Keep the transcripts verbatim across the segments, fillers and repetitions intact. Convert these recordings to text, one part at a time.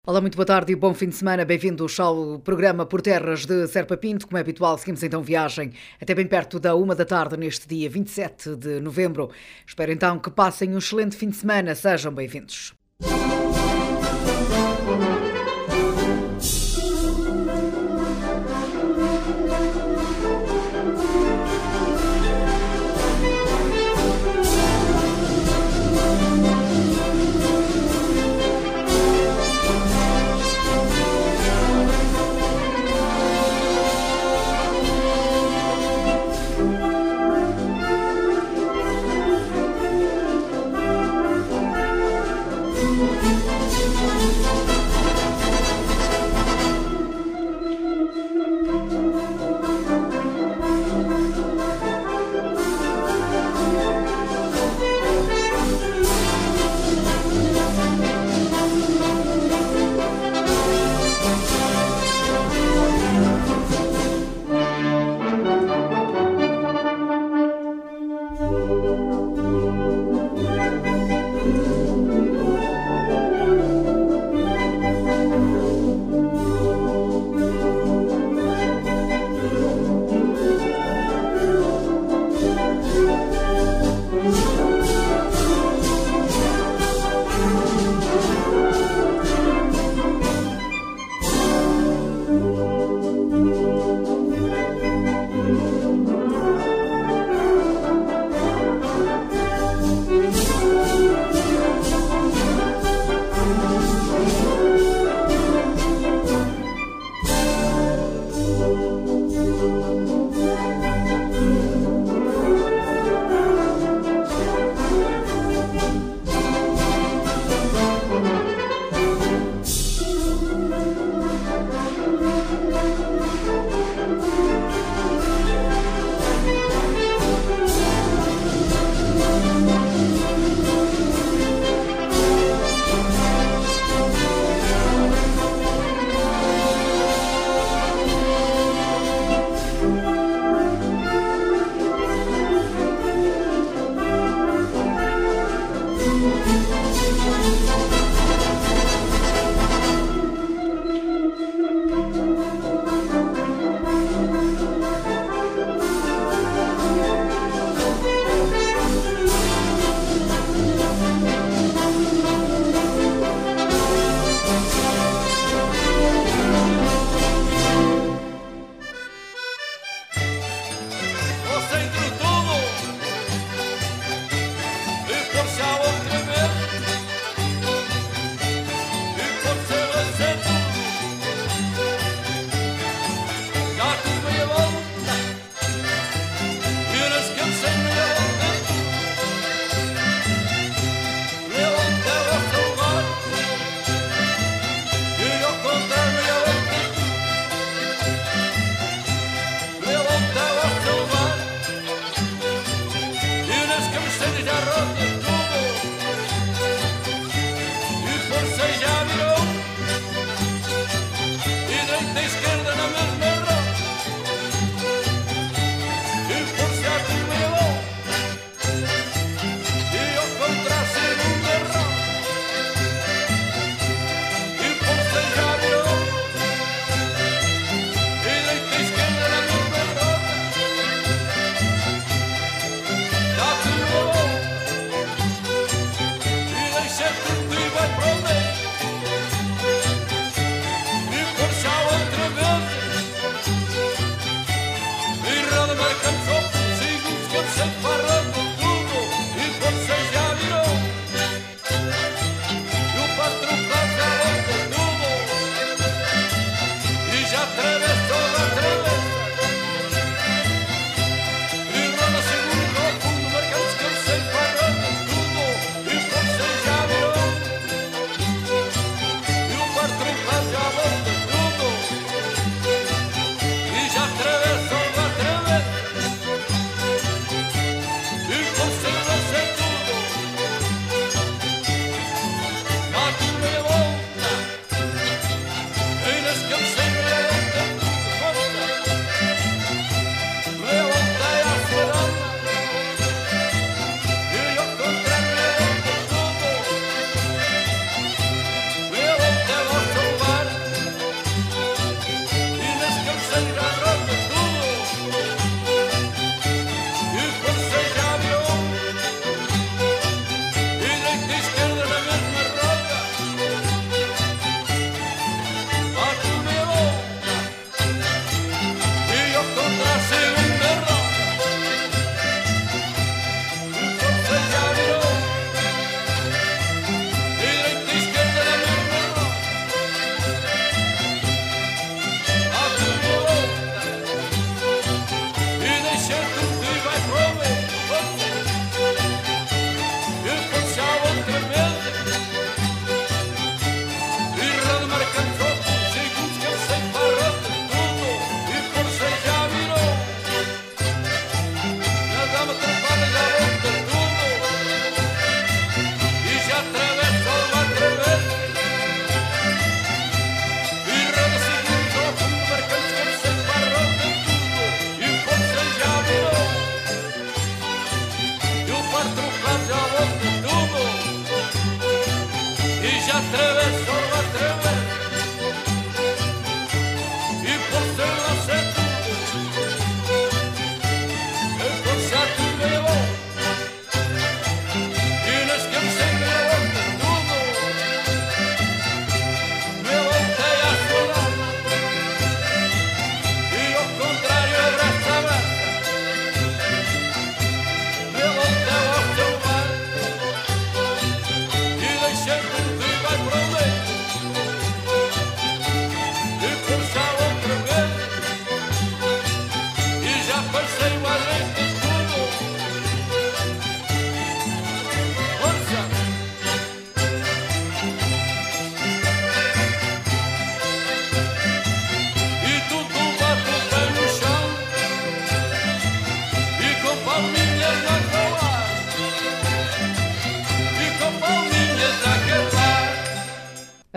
Olá, muito boa tarde e bom fim de semana. Bem-vindos ao programa Por Terras de Serpa Pinto. Como é habitual, seguimos então viagem até bem perto da uma da tarde neste dia vinte e sete de novembro. Espero então que passem um excelente fim de semana. Sejam bem-vindos.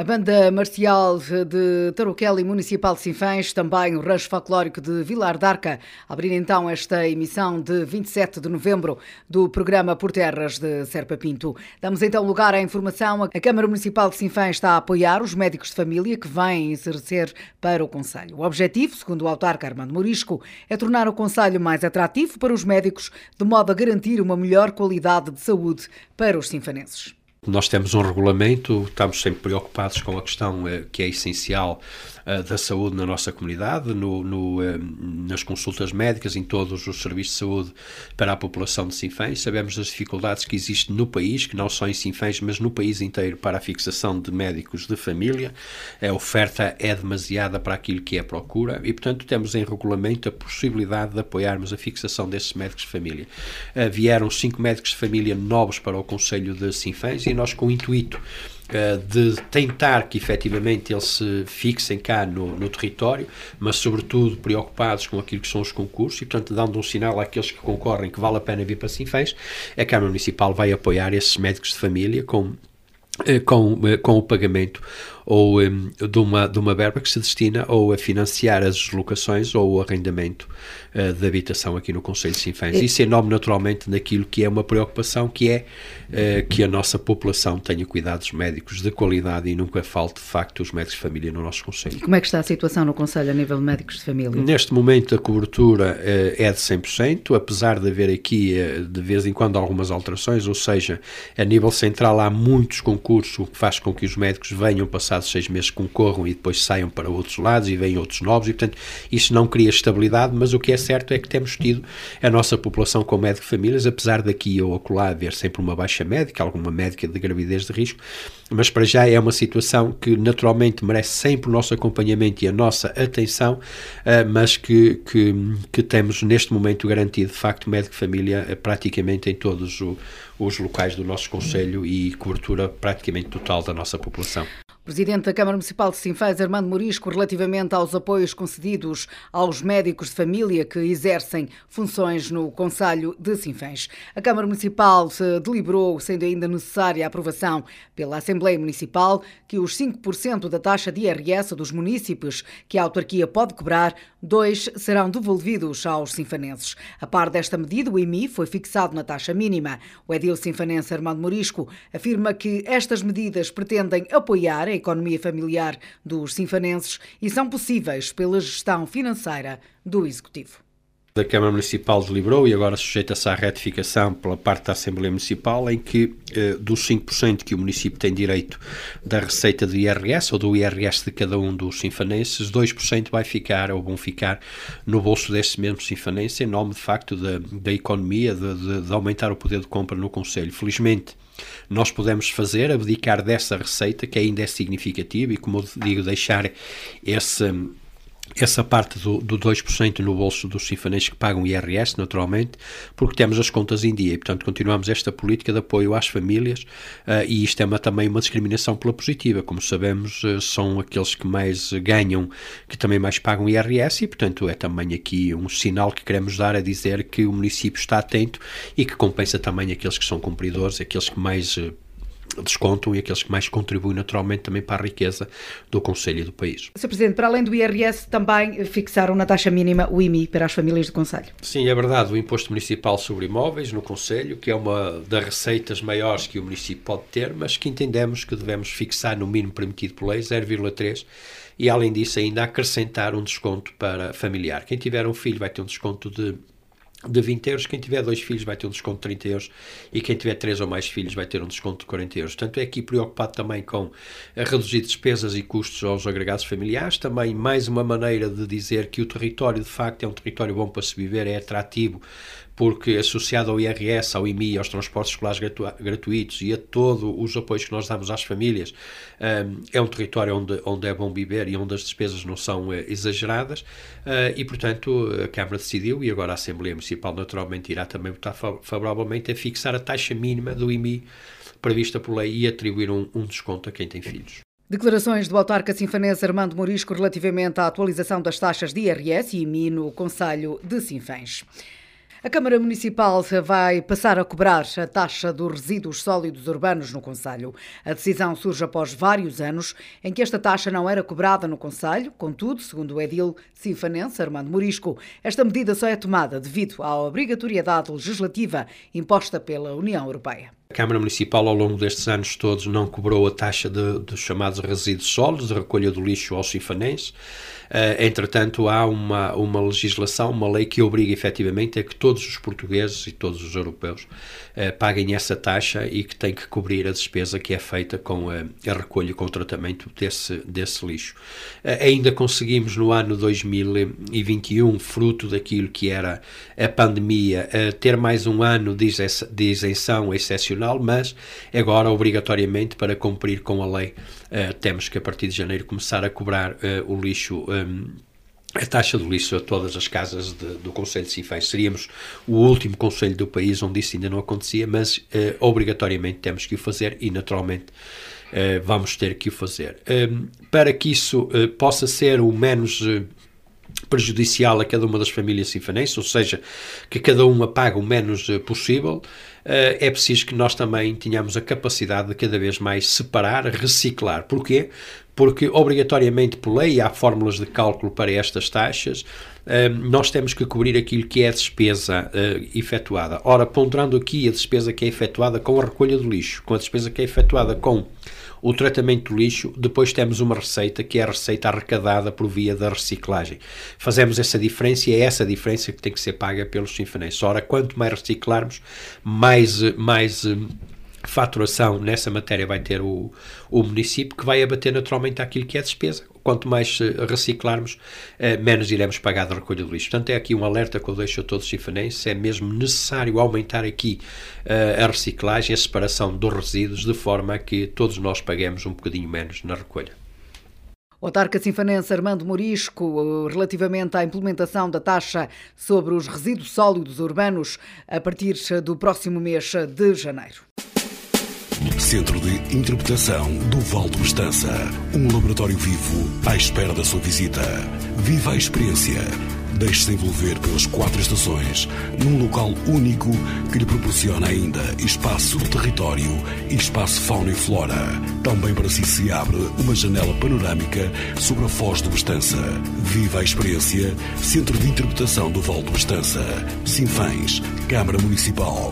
A banda marcial de Tarouquela e Municipal de Sinfãs, também o rancho folclórico de Vilar d'Arca, abrir então esta emissão de vinte e sete de novembro do programa Por Terras de Serpa Pinto. Damos então lugar à informação. A Câmara Municipal de Sinfãs está a apoiar os médicos de família que vêm exercer para o concelho. O objetivo, segundo o autarca Armando Morisco, é tornar o concelho mais atrativo para os médicos, de modo a garantir uma melhor qualidade de saúde para os sinfanenses. Nós temos um regulamento, estamos sempre preocupados com a questão eh, que é essencial eh, da saúde na nossa comunidade, no, no, eh, nas consultas médicas, em todos os serviços de saúde para a população de Sinfãs. Sabemos das dificuldades que existem no país, que não só em Sinfãs, mas no país inteiro, para a fixação de médicos de família. A oferta é demasiada para aquilo que é a procura e, portanto, temos em regulamento a possibilidade de apoiarmos a fixação desses médicos de família. Eh, vieram cinco médicos de família novos para o Concelho de Sinfãs e nós, com o intuito uh, de tentar que efetivamente eles se fixem cá no, no território, mas sobretudo preocupados com aquilo que são os concursos e, portanto, dando um sinal àqueles que concorrem que vale a pena vir para Sinfãs, a Câmara Municipal vai apoiar esses médicos de família com, uh, com, uh, com o pagamento ou um, de, uma, de uma verba que se destina ou a financiar as deslocações ou o arrendamento uh, de habitação aqui no Concelho de Sinfãs. Isso é enorme naturalmente naquilo que é uma preocupação, que é uh, que a nossa população tenha cuidados médicos de qualidade e nunca falte de facto os médicos de família no nosso Concelho. Como é que está a situação no Concelho a nível de médicos de família? Neste momento a cobertura uh, é de cem por cento, apesar de haver aqui uh, de vez em quando algumas alterações, ou seja, a nível central há muitos concursos, o que faz com que os médicos venham passar seis meses concorram e depois saiam para outros lados e vêm outros novos e, portanto, isso não cria estabilidade, mas o que é certo é que temos tido a nossa população com médico de famílias, apesar daqui ou acolá haver sempre uma baixa médica, alguma médica de gravidez de risco, mas para já é uma situação que naturalmente merece sempre o nosso acompanhamento e a nossa atenção, mas que, que, que temos neste momento garantido, de facto, médico de família praticamente em todos o, os locais do nosso concelho e cobertura praticamente total da nossa população. Presidente da Câmara Municipal de Sinfãs, Armando Morisco, relativamente aos apoios concedidos aos médicos de família que exercem funções no Concelho de Sinfãs. A Câmara Municipal deliberou, sendo ainda necessária a aprovação pela Assembleia Municipal, que os cinco por cento da taxa de I R S dos municípios que a autarquia pode cobrar, dois serão devolvidos aos sinfanenses. A par desta medida, o I M I foi fixado na taxa mínima. O edil sinfanense Armando Morisco afirma que estas medidas pretendem apoiar a economia familiar dos sinfanenses e são possíveis pela gestão financeira do Executivo. A Câmara Municipal deliberou e agora sujeita-se à retificação pela parte da Assembleia Municipal em que eh, dos cinco por cento que o município tem direito da receita do I R S ou do I R S de cada um dos sinfanenses, dois por cento vai ficar ou vão ficar no bolso desse mesmo sinfanense em nome de facto da, da economia, de, de, de aumentar o poder de compra no Concelho. Felizmente nós podemos fazer, abdicar dessa receita que ainda é significativa e, como eu digo, deixar esse... essa parte do, do dois por cento no bolso dos sinfanenses que pagam I R S, naturalmente, porque temos as contas em dia e, portanto, continuamos esta política de apoio às famílias uh, e isto é uma, também uma discriminação pela positiva. Como sabemos, uh, são aqueles que mais ganham, que também mais pagam I R S e, portanto, é também aqui um sinal que queremos dar a dizer que o município está atento e que compensa também aqueles que são cumpridores, aqueles que mais uh, descontam e aqueles que mais contribuem naturalmente também para a riqueza do Concelho e do país. senhor Presidente, para além do I R S, também fixaram na taxa mínima o I M I para as famílias do Concelho. Sim, é verdade, o Imposto Municipal sobre Imóveis no Concelho, que é uma das receitas maiores que o município pode ter, mas que entendemos que devemos fixar no mínimo permitido por lei, zero vírgula três, e além disso ainda acrescentar um desconto para familiar. Quem tiver um filho vai ter um desconto de de vinte euros, quem tiver dois filhos vai ter um desconto de trinta euros e quem tiver três ou mais filhos vai ter um desconto de quarenta euros. Portanto, é aqui preocupado também com a reduzir despesas e custos aos agregados familiares, também mais uma maneira de dizer que o território de facto é um território bom para se viver, é atrativo, porque associado ao I R S, ao I M I, aos transportes escolares gratu- gratuitos e a todos os apoios que nós damos às famílias, um, é um território onde, onde é bom viver e onde as despesas não são uh, exageradas uh, e, portanto, a Câmara decidiu e agora a Assembleia Municipal naturalmente irá também votar favoravelmente a fixar a taxa mínima do I M I prevista por lei e atribuir um, um desconto a quem tem filhos. Declarações do autarca sinfanense Armando Morisco relativamente à atualização das taxas de I R S e I M I no Concelho de Sinfãs. A Câmara Municipal vai passar a cobrar a taxa dos resíduos sólidos urbanos no concelho. A decisão surge após vários anos em que esta taxa não era cobrada no concelho. Contudo, segundo o edil sinfanense Armando Morisco, esta medida só é tomada devido à obrigatoriedade legislativa imposta pela União Europeia. A Câmara Municipal, ao longo destes anos todos, não cobrou a taxa de, dos chamados resíduos sólidos, de recolha do lixo aos sinfanenses. Uh, entretanto, há uma, uma legislação, uma lei que obriga efetivamente a que todos os portugueses e todos os europeus uh, paguem essa taxa e que têm que cobrir a despesa que é feita com a, a recolha e com o tratamento desse, desse lixo. Uh, ainda conseguimos no ano dois mil e vinte e um, fruto daquilo que era a pandemia, uh, ter mais um ano de, isenção, de isenção excepcional, mas agora, obrigatoriamente, para cumprir com a lei, uh, temos que a partir de janeiro começar a cobrar uh, o lixo, um, a taxa do lixo a todas as casas de, do Concelho de Sinfãs. Seríamos o último concelho do país onde isso ainda não acontecia, mas uh, obrigatoriamente temos que o fazer e naturalmente uh, vamos ter que o fazer. Um, para que isso uh, possa ser o menos uh, prejudicial a cada uma das famílias sinfanenses, ou seja, que cada uma pague o menos uh, possível, Uh, é preciso que nós também tenhamos a capacidade de cada vez mais separar, reciclar. Porquê? Porque obrigatoriamente por lei há fórmulas de cálculo para estas taxas, uh, nós temos que cobrir aquilo que é a despesa uh, efetuada. Ora, ponderando aqui a despesa que é efetuada com a recolha do lixo, com a despesa que é efetuada com o tratamento do lixo, depois temos uma receita que é a receita arrecadada por via da reciclagem. Fazemos essa diferença e é essa diferença que tem que ser paga pelos sinfanenses. Ora, quanto mais reciclarmos, mais, mais faturação nessa matéria vai ter o, o município, que vai abater naturalmente aquilo que é despesa. Quanto mais reciclarmos, menos iremos pagar da recolha do lixo. Portanto, é aqui um alerta que eu deixo a todos os sinfanenses. É mesmo necessário aumentar aqui uh, a reciclagem, a separação dos resíduos, de forma a que todos nós paguemos um bocadinho menos na recolha. O autarca sinfanense Armando Morisco, relativamente à implementação da taxa sobre os resíduos sólidos urbanos a partir do próximo mês de janeiro. Centro de Interpretação do Val de Bestança. Um laboratório vivo à espera da sua visita. Viva a experiência. Deixe-se envolver pelas quatro estações num local único que lhe proporciona ainda espaço, território e espaço fauna e flora. Também para si se abre uma janela panorâmica sobre a Foz de Bestança. Viva a experiência. Centro de Interpretação do Val de Bestança. Sinfãs, Câmara Municipal.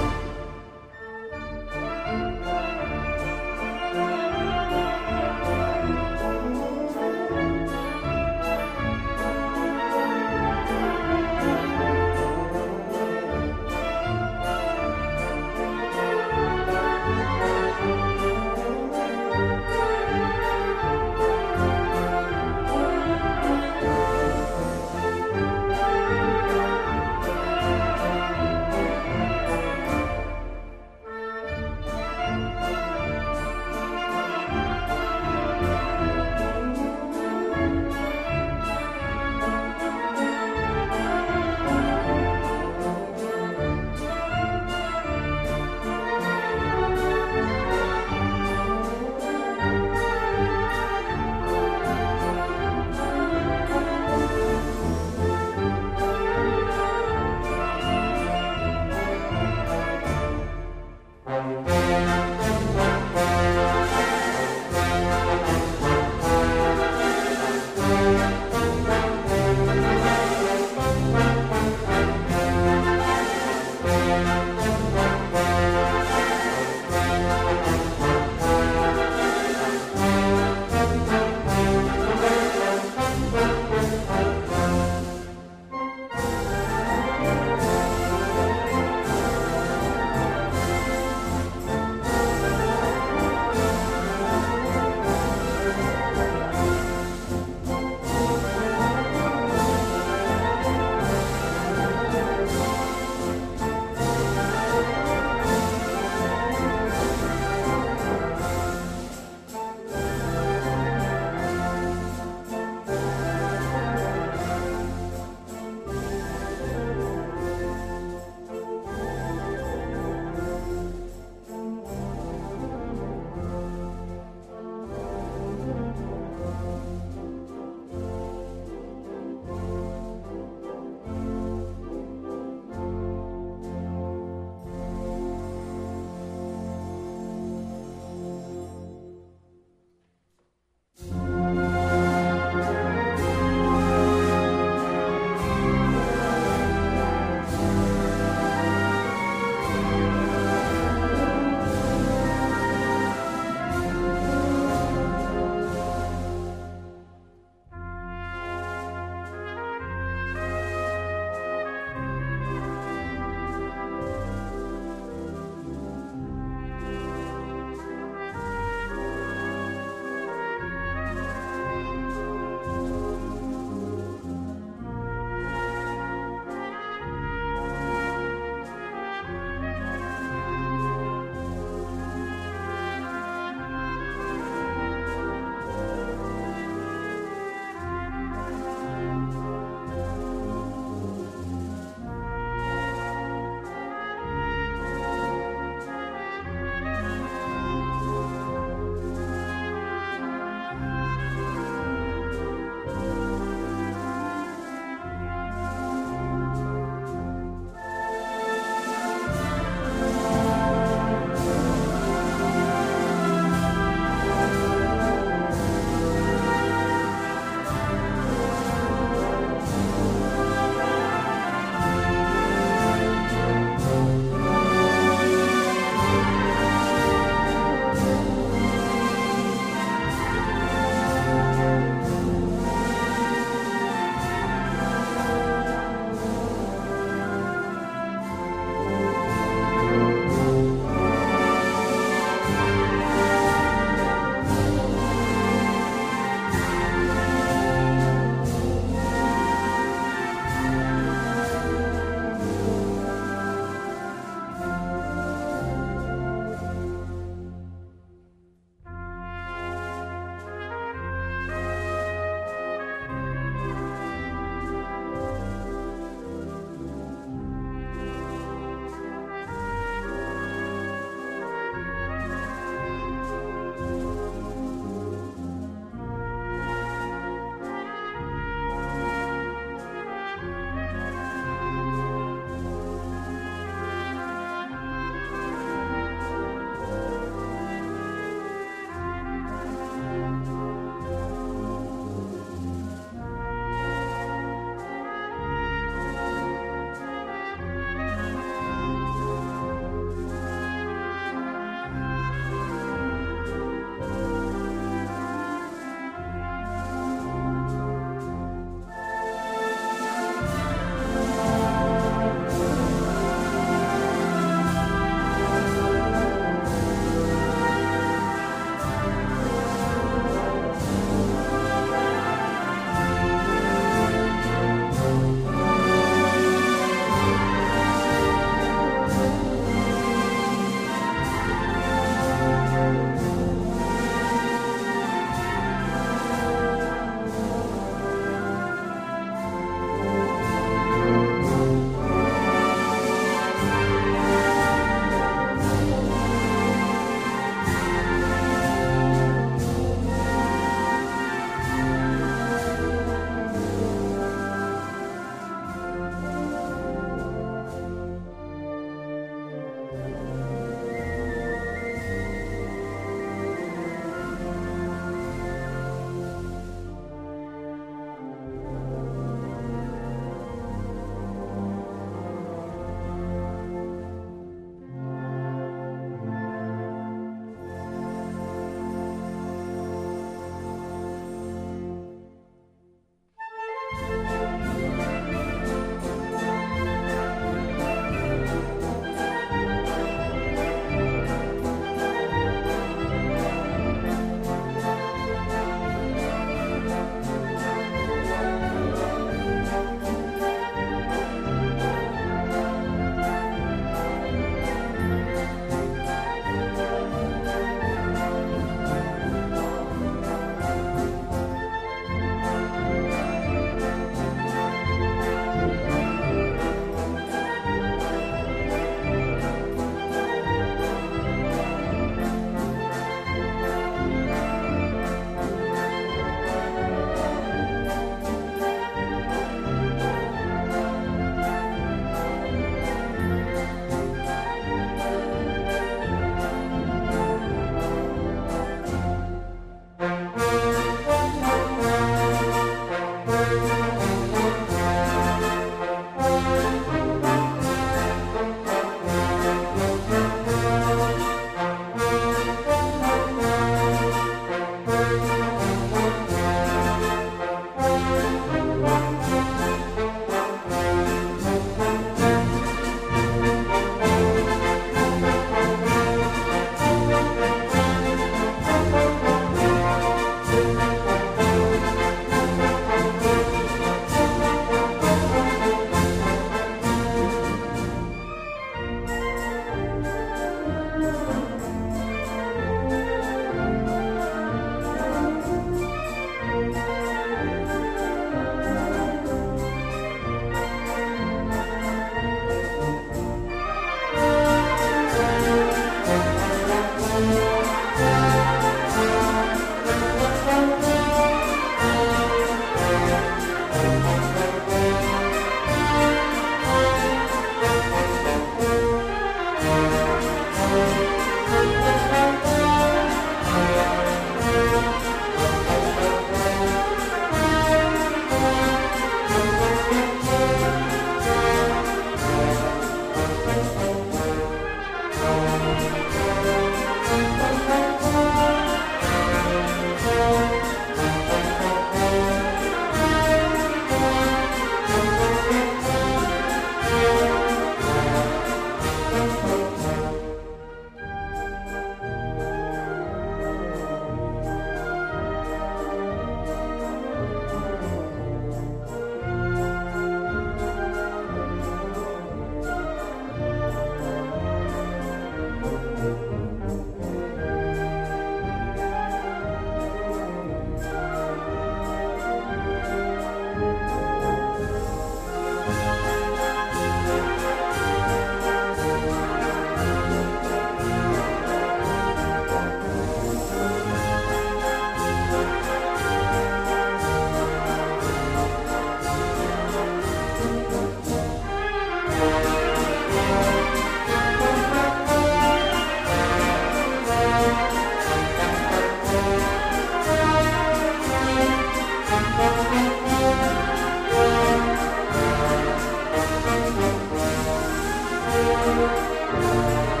Música